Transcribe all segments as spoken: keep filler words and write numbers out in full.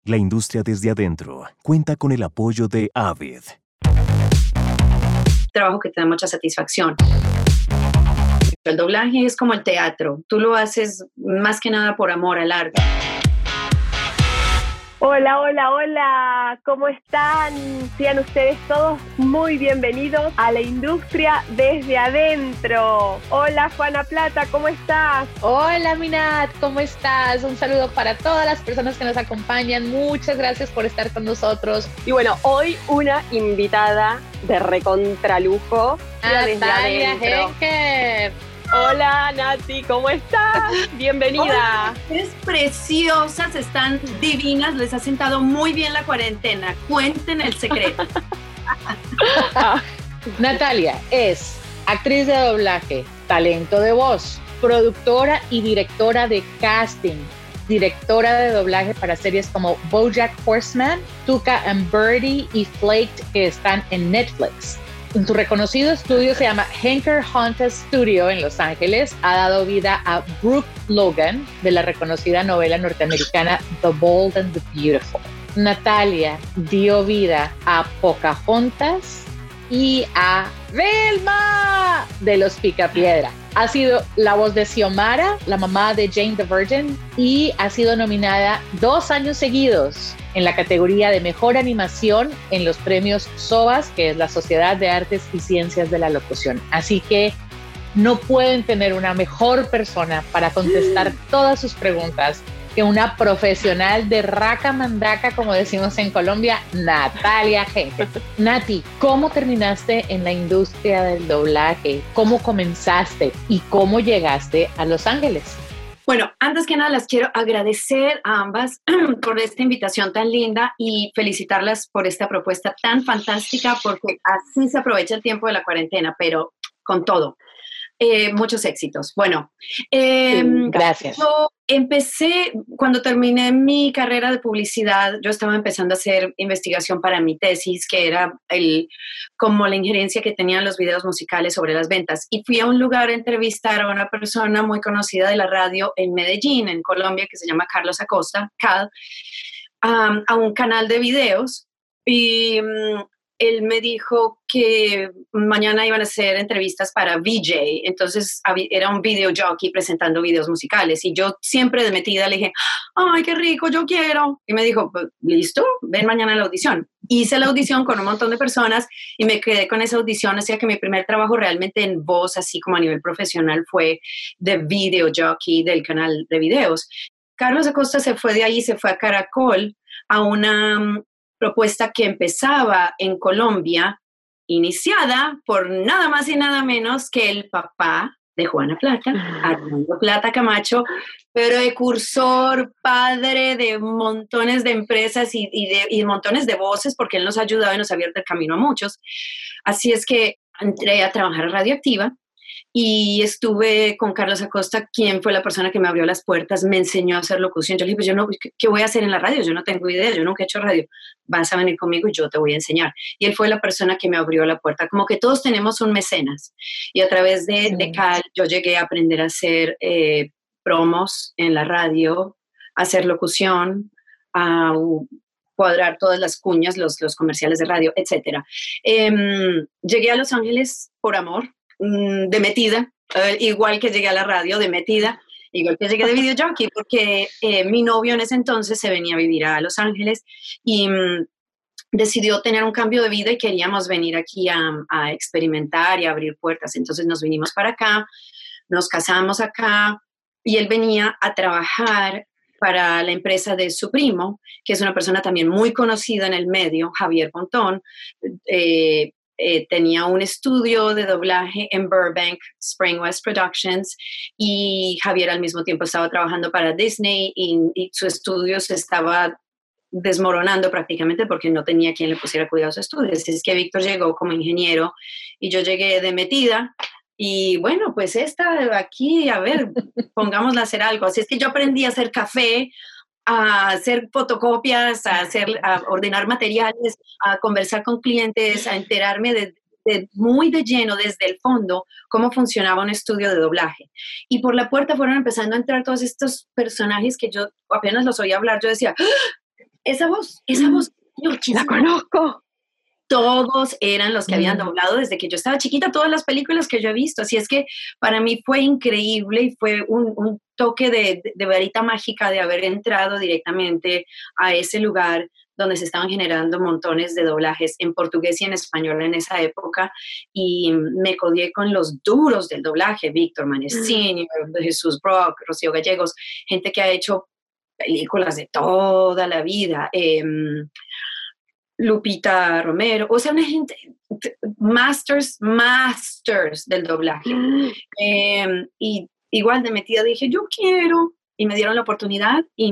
La industria desde adentro cuenta con el apoyo de Avid. Trabajo que te da mucha satisfacción. El doblaje es como el teatro. Tú lo haces más que nada por amor al arte. Hola, hola, hola, ¿cómo están? Sean ustedes todos muy bienvenidos a la industria desde adentro. Hola, Juana Plata, ¿cómo estás? Hola, Minat, ¿cómo estás? Un saludo para todas las personas que nos acompañan. Muchas gracias por estar con nosotros. Y bueno, hoy una invitada de recontralujo. Natalia Henker. Hola, Nati, ¿cómo estás? Bienvenida. Hola, ustedes preciosas, están divinas, les ha sentado muy bien la cuarentena. Cuenten el secreto. Natalia es actriz de doblaje, talento de voz, productora y directora de casting, directora de doblaje para series como BoJack Horseman, Tuca and Birdie y Flaked, que están en Netflix. En su reconocido estudio se llama Henker Honda Studio en Los Ángeles. Ha dado vida a Brooke Logan de la reconocida novela norteamericana The Bold and the Beautiful. Natalia dio vida a Pocahontas y a Velma de Los Picapiedra. Ha sido la voz de Xiomara, la mamá de Jane the Virgin, y ha sido nominada dos años seguidos en la categoría de Mejor Animación en los premios SOAS, que es la Sociedad de Artes y Ciencias de la Locución. Así que no pueden tener una mejor persona para contestar todas sus preguntas que una profesional de raca mandaca, como decimos en Colombia, Natalia Henker. Nati, ¿cómo terminaste en la industria del doblaje? ¿Cómo comenzaste y cómo llegaste a Los Ángeles? Bueno, antes que nada las quiero agradecer a ambas por esta invitación tan linda y felicitarlas por esta propuesta tan fantástica, porque así se aprovecha el tiempo de la cuarentena, pero con todo. Eh, muchos éxitos. Bueno, eh, sí, gracias. Yo empecé, cuando terminé mi carrera de publicidad, yo estaba empezando a hacer investigación para mi tesis, que era el, como la injerencia que tenían los videos musicales sobre las ventas. Y fui a un lugar a entrevistar a una persona muy conocida de la radio en Medellín, en Colombia, que se llama Carlos Acosta, Cal, um, a un canal de videos. Y um, él me dijo que mañana iban a hacer entrevistas para V J, entonces era un video jockey presentando videos musicales, y yo siempre de metida le dije, ¡ay, qué rico, yo quiero! Y me dijo, pues, listo, ven mañana a la audición. Hice la audición con un montón de personas y me quedé con esa audición, así que mi primer trabajo realmente en voz, así como a nivel profesional, fue de video jockey del canal de videos. Carlos Acosta se fue de ahí, se fue a Caracol, a una propuesta que empezaba en Colombia, iniciada por nada más y nada menos que el papá de Juana Plata, Armando Plata Camacho, precursor, padre de montones de empresas y, y, de, y montones de voces, porque él nos ha ayudado y nos ha abierto el camino a muchos. Así es que entré a trabajar a Radioactiva y estuve con Carlos Acosta, quien fue la persona que me abrió las puertas, me enseñó a hacer locución. Yo le dije, pues yo no, ¿qué voy a hacer en la radio? Yo no tengo idea, yo nunca he hecho radio. Vas a venir conmigo y yo te voy a enseñar. Y él fue la persona que me abrió la puerta. Como que todos tenemos un mecenas. Y a través de, de Cal, yo llegué a aprender a hacer eh, promos en la radio, a hacer locución, a cuadrar todas las cuñas, los, los comerciales de radio, etcétera. Eh, llegué a Los Ángeles por amor, de metida, eh, igual que llegué a la radio de metida, igual que llegué de video jockey, porque eh, mi novio en ese entonces se venía a vivir a Los Ángeles y mm, decidió tener un cambio de vida y queríamos venir aquí a, a experimentar y a abrir puertas. Entonces nos vinimos para acá, nos casamos acá y él venía a trabajar para la empresa de su primo, que es una persona también muy conocida en el medio, Javier Pontón. eh, Eh, tenía un estudio de doblaje en Burbank, Spring West Productions, y Javier al mismo tiempo estaba trabajando para Disney y, y su estudio se estaba desmoronando prácticamente porque no tenía quien le pusiera cuidado a su estudio. Así es que Víctor llegó como ingeniero y yo llegué de metida. Y bueno, pues esta aquí, a ver, pongámosla a hacer algo. Así es que yo aprendí a hacer café, a hacer fotocopias, a, hacer, a ordenar materiales, a conversar con clientes, a enterarme de, de, muy de lleno desde el fondo cómo funcionaba un estudio de doblaje. Y por la puerta fueron empezando a entrar todos estos personajes que yo apenas los oía hablar, yo decía, ¡ah! esa voz, esa voz. La conozco. Todos eran los que habían Mm. doblado desde que yo estaba chiquita, todas las películas que yo he visto. Así es que para mí fue increíble y fue un, un toque de, de, de varita mágica de haber entrado directamente a ese lugar donde se estaban generando montones de doblajes en portugués y en español en esa época, y me codié con los duros del doblaje, Víctor Manesini, Jesús Brock, Rocío Gallegos, gente que ha hecho películas de toda la vida, eh, Lupita Romero, o sea, una gente, masters, masters del doblaje. Eh, y igual de metida dije, yo quiero, y me dieron la oportunidad y...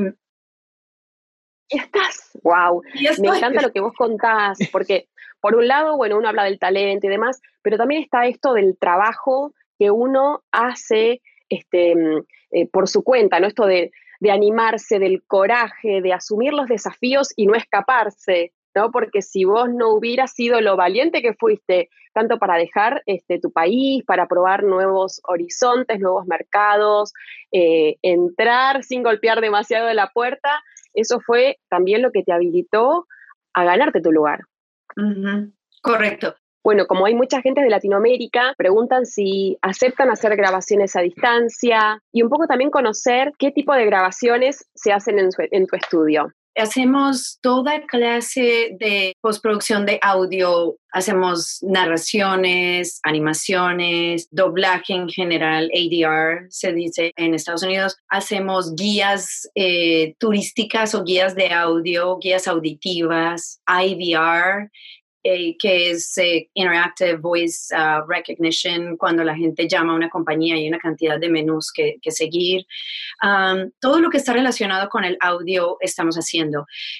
¿Y estás? ¡Wow! Me encanta lo que vos contás, porque por un lado, bueno, uno habla del talento y demás, pero también está esto del trabajo que uno hace este, eh, por su cuenta, ¿no? Esto de, de animarse, del coraje, de asumir los desafíos y no escaparse, ¿no? Porque si vos no hubieras sido lo valiente que fuiste, tanto para dejar este, tu país, para probar nuevos horizontes, nuevos mercados, eh, entrar sin golpear demasiado la puerta, eso fue también lo que te habilitó a ganarte tu lugar. Uh-huh. Correcto. Bueno, como hay mucha gente de Latinoamérica, preguntan si aceptan hacer grabaciones a distancia y un poco también conocer qué tipo de grabaciones se hacen en, su, en tu estudio. Hacemos toda clase de postproducción de audio, hacemos narraciones, animaciones, doblaje en general, A D R se dice en Estados Unidos, hacemos guías eh, turísticas o guías de audio, guías auditivas, I V R, Eh, que es eh, Interactive Voice uh, Recognition, cuando la gente llama a una compañía y hay una cantidad de menús que, que seguir. Um, todo lo que está relacionado con el audio estamos haciendo.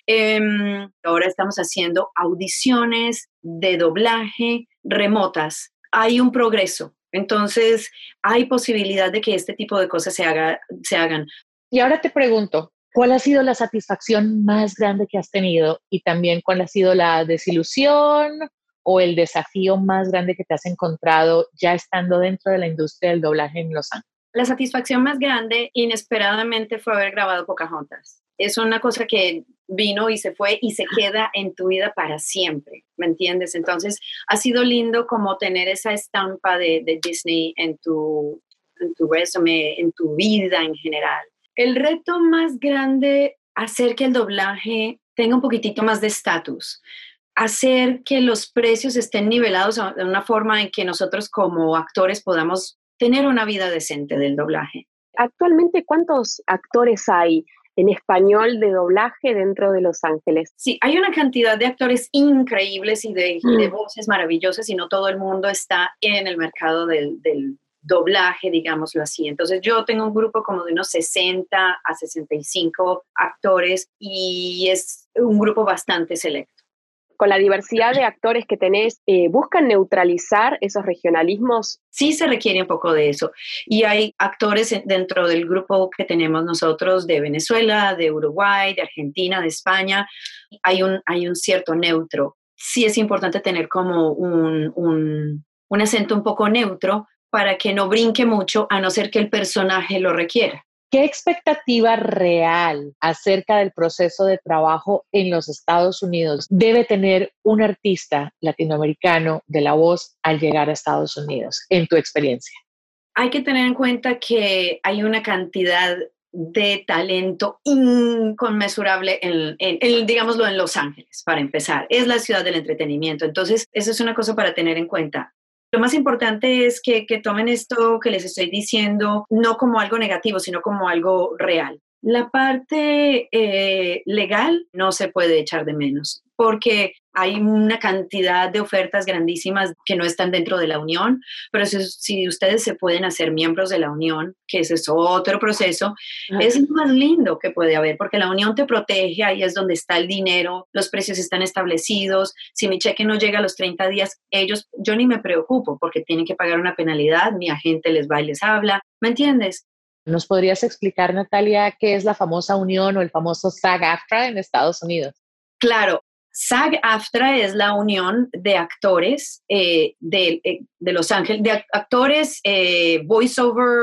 Um, ahora estamos haciendo audiciones de doblaje remotas. Hay un progreso. Entonces, hay posibilidad de que este tipo de cosas se, haga, se hagan. Y ahora te pregunto, ¿cuál ha sido la satisfacción más grande que has tenido? Y también, ¿cuál ha sido la desilusión o el desafío más grande que te has encontrado ya estando dentro de la industria del doblaje en Los Ángeles? La satisfacción más grande, inesperadamente, fue haber grabado Pocahontas. Es una cosa que vino y se fue y se queda en tu vida para siempre, ¿me entiendes? Entonces, ha sido lindo como tener esa estampa de, de Disney en tu, en tu resume, en tu vida en general. El reto más grande, hacer que el doblaje tenga un poquitito más de estatus, hacer que los precios estén nivelados de una forma en que nosotros como actores podamos tener una vida decente del doblaje. Actualmente, ¿cuántos actores hay en español de doblaje dentro de Los Ángeles? Sí, hay una cantidad de actores increíbles y de, mm. de voces maravillosas, y no todo el mundo está en el mercado del, del doblaje, digámoslo así. Entonces yo tengo un grupo como de unos sesenta a sesenta y cinco actores y es un grupo bastante selecto. Con la diversidad de actores que tenés, eh, ¿buscan neutralizar esos regionalismos? Sí se requiere un poco de eso. Y hay actores dentro del grupo que tenemos nosotros de Venezuela, de Uruguay, de Argentina, de España. Hay un, hay un cierto neutro. Sí es importante tener como un, un, un acento un poco neutro para que no brinque mucho, a no ser que el personaje lo requiera. ¿Qué expectativa real acerca del proceso de trabajo en los Estados Unidos debe tener un artista latinoamericano de la voz al llegar a Estados Unidos, en tu experiencia? Hay que tener en cuenta que hay una cantidad de talento inconmensurable en, en, en, digámoslo, en Los Ángeles, para empezar. Es la ciudad del entretenimiento. Entonces, eso es una cosa para tener en cuenta. Lo más importante es que, que tomen esto que les estoy diciendo no como algo negativo, sino como algo real. La parte eh, legal no se puede echar de menos, porque hay una cantidad de ofertas grandísimas que no están dentro de la Unión, pero si, si ustedes se pueden hacer miembros de la Unión, que ese es otro proceso, uh-huh. es lo más lindo que puede haber, porque la Unión te protege, ahí es donde está el dinero, los precios están establecidos, si mi cheque no llega a los treinta días, ellos, yo ni me preocupo, porque tienen que pagar una penalidad, mi agente les va y les habla, ¿me entiendes? ¿Nos podrías explicar, Natalia, qué es la famosa unión o el famoso SAG-AFTRA en Estados Unidos? Claro, SAG-AFTRA es la unión de actores eh, de, eh, de Los Ángeles, de actores, eh, voiceover,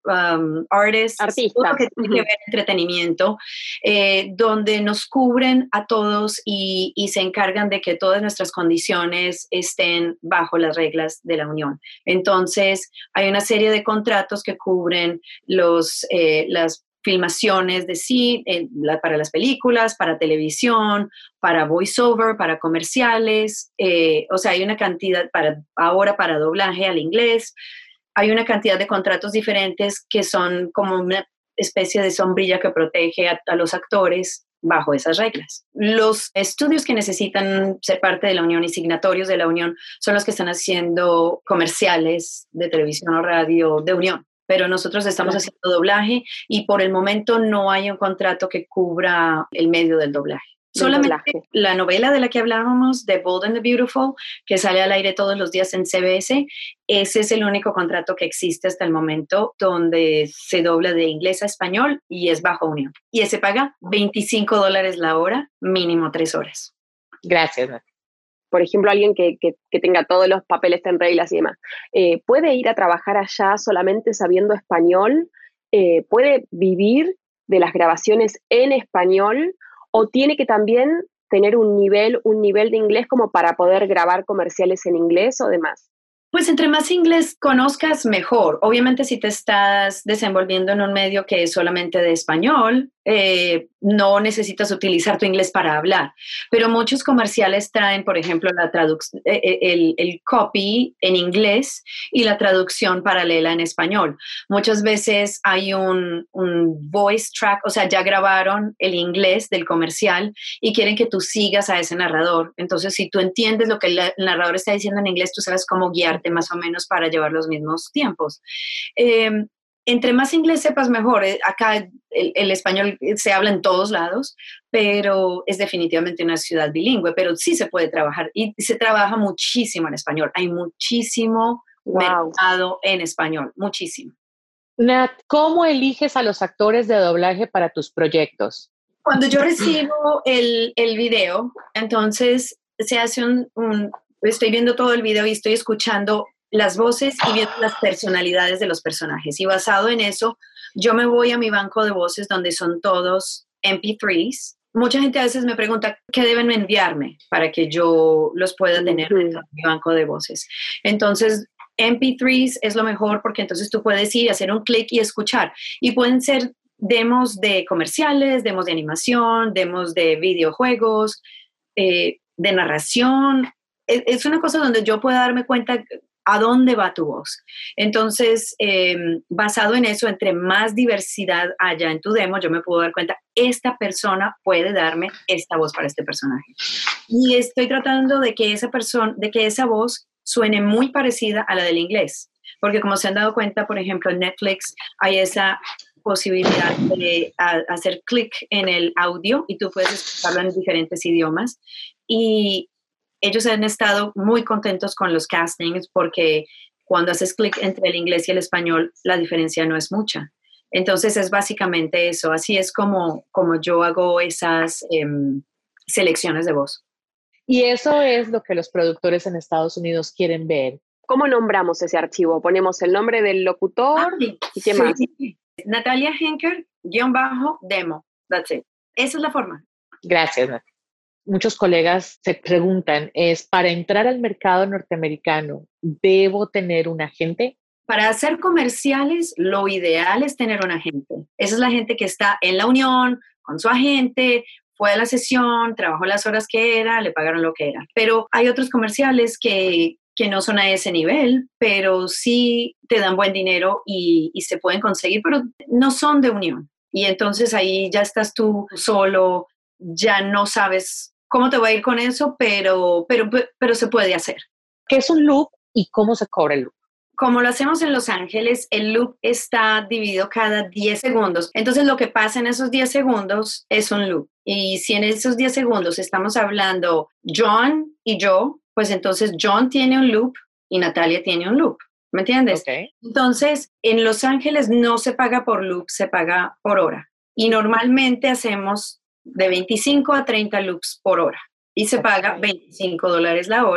um, artists, artistas, todo lo que tiene que ver entretenimiento, eh, donde nos cubren a todos y, y se encargan de que todas nuestras condiciones estén bajo las reglas de la Unión. Entonces, hay una serie de contratos que cubren los, eh, las filmaciones de sí, eh, la, para las películas, para televisión, para voiceover, para comerciales, eh, o sea, hay una cantidad, para ahora para doblaje al inglés, hay una cantidad de contratos diferentes que son como una especie de sombrilla que protege a, a los actores bajo esas reglas. Los estudios que necesitan ser parte de la Unión y signatorios de la Unión son los que están haciendo comerciales de televisión o radio de Unión. Pero nosotros estamos claro. haciendo doblaje y por el momento no hay un contrato que cubra el medio del doblaje. Del Solamente doblaje. La novela de la que hablábamos, The Bold and the Beautiful, que sale al aire todos los días en C B S, ese es el único contrato que existe hasta el momento donde se dobla de inglés a español y es bajo Unión. Y ese paga veinticinco dólares la hora, mínimo tres horas. Gracias. Por ejemplo, alguien que, que, que tenga todos los papeles en reglas y demás, eh, ¿puede ir a trabajar allá solamente sabiendo español? Eh, ¿Puede vivir de las grabaciones en español? ¿O tiene que también tener un nivel, un nivel de inglés como para poder grabar comerciales en inglés o demás? Pues entre más inglés conozcas, mejor. Obviamente, si te estás desenvolviendo en un medio que es solamente de español, eh, no necesitas utilizar tu inglés para hablar. Pero muchos comerciales traen, por ejemplo, la traduc- el, el copy en inglés y la traducción paralela en español. Muchas veces hay un, un voice track, o sea, ya grabaron el inglés del comercial y quieren que tú sigas a ese narrador. Entonces, si tú entiendes lo que el, el narrador está diciendo en inglés, tú sabes cómo guiarte más o menos para llevar los mismos tiempos. Eh, entre más inglés sepas, mejor. Acá el, el español se habla en todos lados, pero es definitivamente una ciudad bilingüe, pero sí se puede trabajar y se trabaja muchísimo en español. Hay muchísimo wow. mercado en español, muchísimo. Nat, ¿cómo eliges a los actores de doblaje para tus proyectos? Cuando yo recibo el, el video, entonces se hace un, un estoy viendo todo el video y estoy escuchando las voces y viendo las personalidades de los personajes. Y basado en eso, yo me voy a mi banco de voces donde son todos eme pe tres. Mucha gente a veces me pregunta qué deben enviarme para que yo los pueda tener uh-huh. en mi banco de voces. Entonces, eme pe tres es lo mejor porque entonces tú puedes ir, hacer un clic y escuchar. Y pueden ser demos de comerciales, demos de animación, demos de videojuegos, eh, de narración. Es una cosa donde yo puedo darme cuenta a dónde va tu voz. Entonces, eh, basado en eso, entre más diversidad haya en tu demo, yo me puedo dar cuenta, esta persona puede darme esta voz para este personaje. Y estoy tratando de que esa persona, de que esa voz suene muy parecida a la del inglés. Porque como se han dado cuenta, por ejemplo, en Netflix hay esa posibilidad de a, hacer clic en el audio y tú puedes escucharlo en diferentes idiomas. Y ellos han estado muy contentos con los castings porque cuando haces clic entre el inglés y el español, la diferencia no es mucha. Entonces es básicamente eso. Así es como, como yo hago esas eh, selecciones de voz. Y eso es lo que los productores en Estados Unidos quieren ver. ¿Cómo nombramos ese archivo? ¿Ponemos el nombre del locutor? Ah, sí. ¿Y qué más? Sí. Natalia Henker, guión bajo, demo. That's it. Esa es la forma. Gracias, Natalia. Muchos colegas se preguntan, ¿es para entrar al mercado norteamericano, debo tener un agente? Para hacer comerciales, lo ideal es tener un agente. Esa es la gente que está en la unión, con su agente, fue a la sesión, trabajó las horas que era, le pagaron lo que era. Pero hay otros comerciales que, que no son a ese nivel, pero sí te dan buen dinero y, y se pueden conseguir, pero no son de unión. Y entonces ahí ya estás tú solo, ya no sabes cómo te va a ir con eso, pero, pero, pero se puede hacer. ¿Qué es un loop y cómo se cobra el loop? Como lo hacemos en Los Ángeles, el loop está dividido cada diez segundos. Entonces, lo que pasa en esos diez segundos es un loop. Y si en esos diez segundos estamos hablando John y yo, pues entonces John tiene un loop y Natalia tiene un loop. ¿Me entiendes? Okay. Entonces, en Los Ángeles no se paga por loop, se paga por hora. Y normalmente hacemos de veinticinco a treinta loops por hora y se okay. paga veinticinco dólares la hora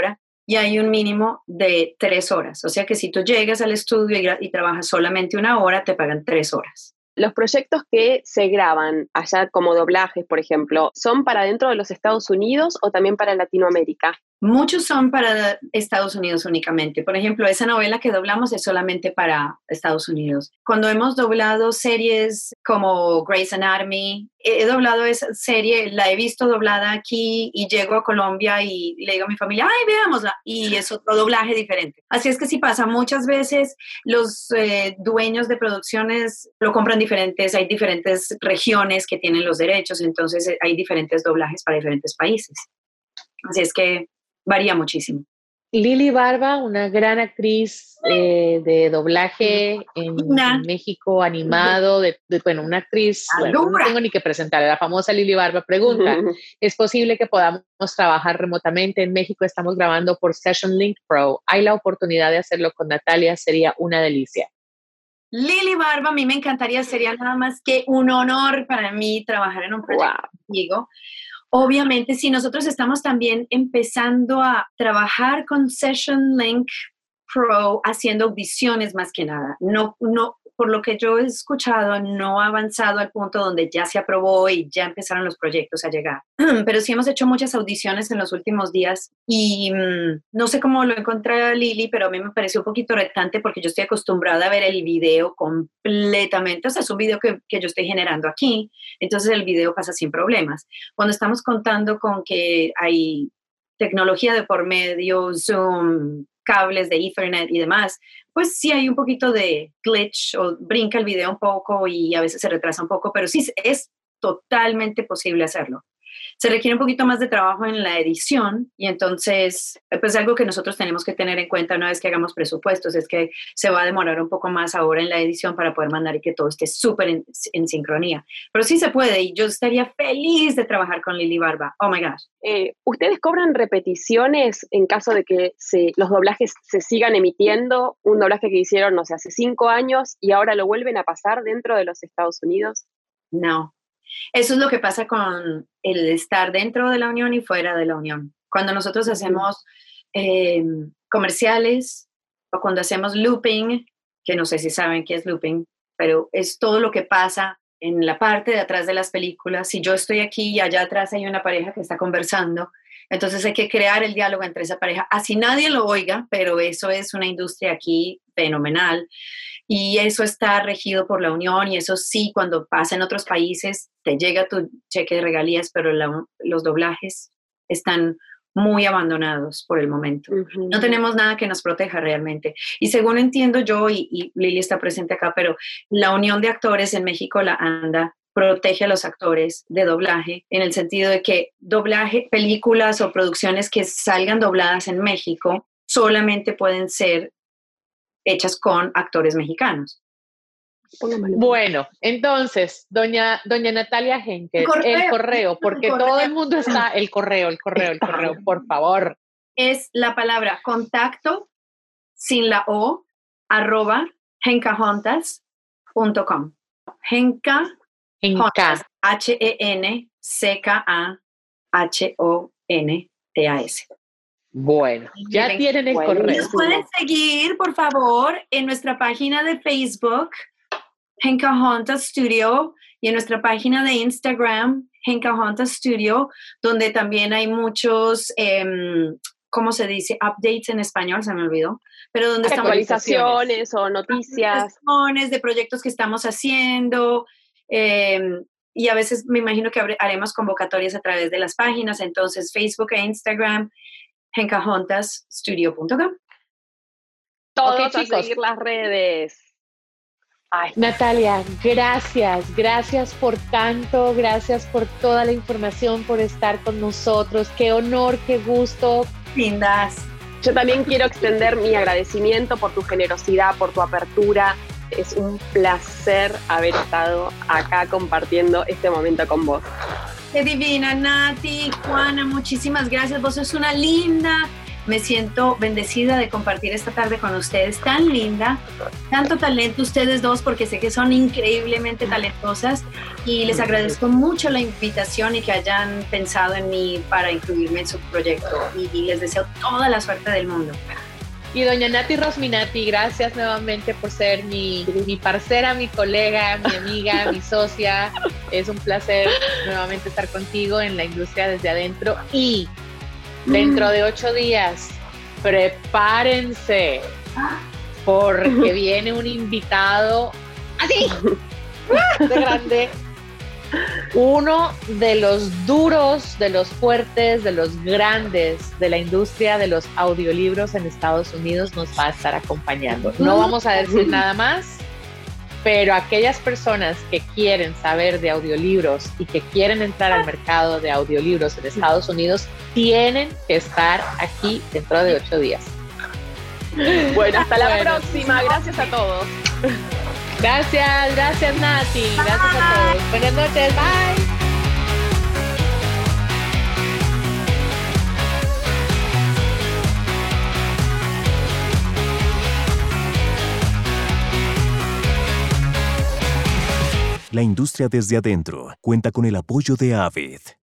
y hay un mínimo de tres horas. O sea que si tú llegas al estudio y, y trabajas solamente una hora, te pagan tres horas. Los proyectos que se graban allá como doblajes, por ejemplo, ¿son para dentro de los Estados Unidos o también para Latinoamérica? Muchos son para Estados Unidos únicamente. Por ejemplo, esa novela que doblamos es solamente para Estados Unidos. Cuando hemos doblado series como Grey's Anatomy, he doblado esa serie, la he visto doblada aquí y llego a Colombia y le digo a mi familia, ¡ay, veámosla! Y es otro doblaje diferente. Así es que sí pasa. Muchas veces los eh, dueños de producciones lo compran diferentes. Hay diferentes regiones que tienen los derechos, entonces hay diferentes doblajes para diferentes países. Así es que varía muchísimo. Lili Barba, una gran actriz eh, de doblaje en, en México, animado, de, de, bueno, una actriz, bueno, no tengo ni que presentar, la famosa Lili Barba pregunta, ¿es posible que podamos trabajar remotamente? En México estamos grabando por Session Link Pro, ¿hay la oportunidad de hacerlo con Natalia? Sería una delicia. Lili Barba, a mí me encantaría, sería nada más que un honor para mí trabajar en un proyecto wow. contigo. Obviamente, sí, nosotros estamos también empezando a trabajar con Session Link Pro, haciendo audiciones más que nada. No, no, por lo que yo he escuchado, no ha avanzado al punto donde ya se aprobó y ya empezaron los proyectos a llegar. Pero sí hemos hecho muchas audiciones en los últimos días y mmm, no sé cómo lo encontré a Lili, pero a mí me pareció un poquito retante porque yo estoy acostumbrada a ver el video completamente. O sea, es un video que, que yo estoy generando aquí, entonces el video pasa sin problemas. Cuando estamos contando con que hay tecnología de por medio, Zoom, cables de Ethernet y demás, pues sí hay un poquito de glitch o brinca el video un poco y a veces se retrasa un poco, pero sí es totalmente posible hacerlo. Se requiere un poquito más de trabajo en la edición y entonces, pues algo que nosotros tenemos que tener en cuenta una vez que hagamos presupuestos es que se va a demorar un poco más ahora en la edición para poder mandar y que todo esté súper en, en sincronía. Pero sí se puede y yo estaría feliz de trabajar con Lili Barba. Oh my gosh. Eh, ¿Ustedes cobran repeticiones en caso de que se, los doblajes se sigan emitiendo? Un doblaje que hicieron, no sé, hace cinco años y ahora lo vuelven a pasar dentro de los Estados Unidos. No. Eso es lo que pasa con el estar dentro de la Unión y fuera de la Unión. Cuando nosotros hacemos eh, comerciales o cuando hacemos looping, que no sé si saben qué es looping, pero es todo lo que pasa en la parte de atrás de las películas. Si yo estoy aquí y allá atrás hay una pareja que está conversando, entonces hay que crear el diálogo entre esa pareja. Así nadie lo oiga, pero eso es una industria aquí fenomenal. Y eso está regido por la Unión y eso sí, cuando pasa en otros países, te llega tu cheque de regalías, pero la, los doblajes están muy abandonados por el momento. Uh-huh. No tenemos nada que nos proteja realmente. Y según entiendo yo, y, y Lili está presente acá, pero la Unión de Actores en México, la ANDA, protege a los actores de doblaje en el sentido de que doblaje, películas o producciones que salgan dobladas en México solamente pueden ser hechas con actores mexicanos. Bueno, entonces, doña, doña Natalia Henkel, correo. el correo, porque el correo. Todo el mundo está, el correo, el correo, el correo, por favor. Es la palabra contacto, sin la O, arroba, hencajontas punto com. Henca, Hontas, H E N C K A H O N T A S. Bueno, ya Miren, tienen el bueno, correo. Nos pueden seguir, por favor, en nuestra página de Facebook, Hencajontas Studio, y en nuestra página de Instagram, Hencajontas Studio, donde también hay muchos, eh, ¿cómo se dice? Updates en español, se me olvidó. Pero donde actualizaciones estamos, o noticias. Actualizaciones de proyectos que estamos haciendo. Eh, y a veces me imagino que haremos convocatorias a través de las páginas, entonces Facebook e Instagram, hencajontas studio punto com. Todos okay, chicos. A seguir las redes. Ay. Natalia, gracias, gracias por tanto, gracias por toda la información, por estar con nosotros. Qué honor, qué gusto. Lindas. Yo también quiero extender mi agradecimiento por tu generosidad, por tu apertura. Es un placer haber estado acá compartiendo este momento con vos. Qué divina, Nati, Juana, muchísimas gracias. Vos sos una linda Me siento bendecida de compartir esta tarde con ustedes, tan linda, tanto talento ustedes dos, porque sé que son increíblemente talentosas, y les agradezco mucho la invitación y que hayan pensado en mí para incluirme en su proyecto, y, y les deseo toda la suerte del mundo. Y doña Nati Rosminati, gracias nuevamente por ser mi, mi parcera, mi colega, mi amiga, mi socia. Es un placer nuevamente estar contigo en la industria desde adentro. Y dentro de ocho días, prepárense, porque viene un invitado así, de grande. Uno de los duros, de los fuertes, de los grandes de la industria de los audiolibros en Estados Unidos nos va a estar acompañando. No vamos a decir nada más, pero aquellas personas que quieren saber de audiolibros y que quieren entrar al mercado de audiolibros en Estados Unidos tienen que estar aquí dentro de ocho días. Bueno, hasta la bueno. próxima. Gracias a todos. Gracias, gracias Nati, gracias a todos. Buenas noches, bye. La industria desde adentro cuenta con el apoyo de Avid.